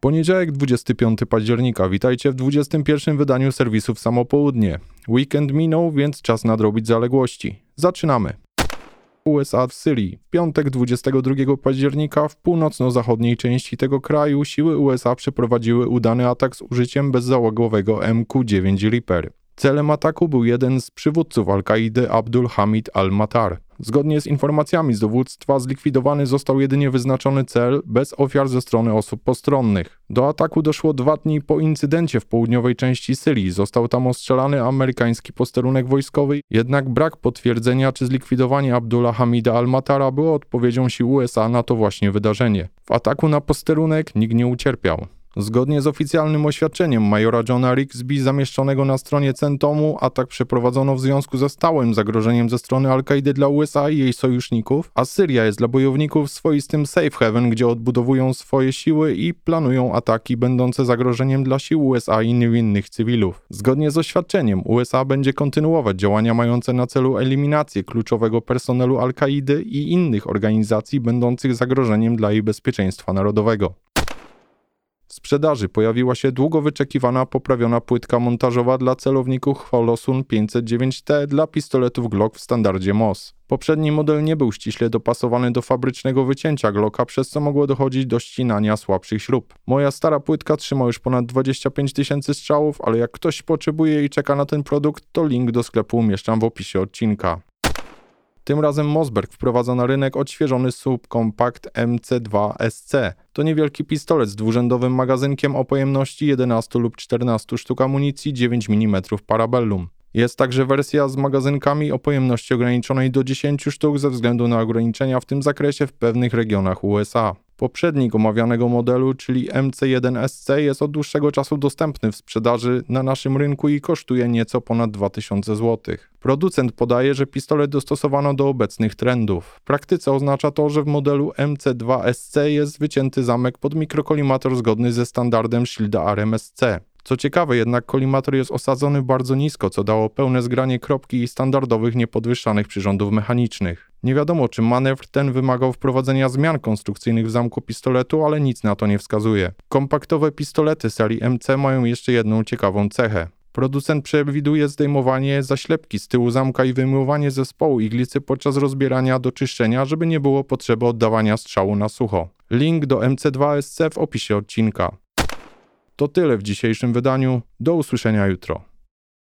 Poniedziałek 25 października. Witajcie w 21 wydaniu serwisu w samo południe. Weekend minął, więc czas nadrobić zaległości. Zaczynamy. USA w Syrii. W piątek 22 października w północno-zachodniej części tego kraju siły USA przeprowadziły udany atak z użyciem bezzałogowego MQ-9 Reaper. Celem ataku był jeden z przywódców Al-Kaidy Abdul Hamid al-Matar. Zgodnie z informacjami z dowództwa zlikwidowany został jedynie wyznaczony cel, bez ofiar ze strony osób postronnych. Do ataku doszło 2 dni po incydencie w południowej części Syrii. Został tam ostrzelany amerykański posterunek wojskowy, jednak brak potwierdzenia, czy zlikwidowanie Abdula Hamida al-Matara było odpowiedzią sił USA na to właśnie wydarzenie. W ataku na posterunek nikt nie ucierpiał. Zgodnie z oficjalnym oświadczeniem majora Johna Rigsby zamieszczonego na stronie CENTOM-u, atak przeprowadzono w związku ze stałym zagrożeniem ze strony Al-Kaidy dla USA i jej sojuszników, a Syria jest dla bojowników swoistym safe haven, gdzie odbudowują swoje siły i planują ataki będące zagrożeniem dla sił USA i niewinnych cywilów. Zgodnie z oświadczeniem USA będzie kontynuować działania mające na celu eliminację kluczowego personelu Al-Kaidy i innych organizacji będących zagrożeniem dla jej bezpieczeństwa narodowego. W sprzedaży pojawiła się długo wyczekiwana poprawiona płytka montażowa dla celowników Holosun 509T dla pistoletów Glock w standardzie MOS. Poprzedni model nie był ściśle dopasowany do fabrycznego wycięcia Glocka, przez co mogło dochodzić do ścinania słabszych śrub. Moja stara płytka trzyma już ponad 25 000 strzałów, ale jak ktoś potrzebuje i czeka na ten produkt, to link do sklepu umieszczam w opisie odcinka. Tym razem Mossberg wprowadza na rynek odświeżony subkompakt MC2SC. To niewielki pistolet z dwurzędowym magazynkiem o pojemności 11 lub 14 sztuk amunicji 9 mm Parabellum. Jest także wersja z magazynkami o pojemności ograniczonej do 10 sztuk ze względu na ograniczenia w tym zakresie w pewnych regionach USA. Poprzednik omawianego modelu, czyli MC1SC, jest od dłuższego czasu dostępny w sprzedaży na naszym rynku i kosztuje nieco ponad 2000 zł. Producent podaje, że pistolet dostosowano do obecnych trendów. W praktyce oznacza to, że w modelu MC2SC jest wycięty zamek pod mikrokolimator zgodny ze standardem Shielda RMSC. Co ciekawe, jednak kolimator jest osadzony bardzo nisko, co dało pełne zgranie kropki i standardowych niepodwyższanych przyrządów mechanicznych. Nie wiadomo, czy manewr ten wymagał wprowadzenia zmian konstrukcyjnych w zamku pistoletu, ale nic na to nie wskazuje. Kompaktowe pistolety serii MC mają jeszcze jedną ciekawą cechę. Producent przewiduje zdejmowanie zaślepki z tyłu zamka i wyjmowanie zespołu iglicy podczas rozbierania do czyszczenia, żeby nie było potrzeby oddawania strzału na sucho. Link do MC2SC w opisie odcinka. To tyle w dzisiejszym wydaniu. Do usłyszenia jutro.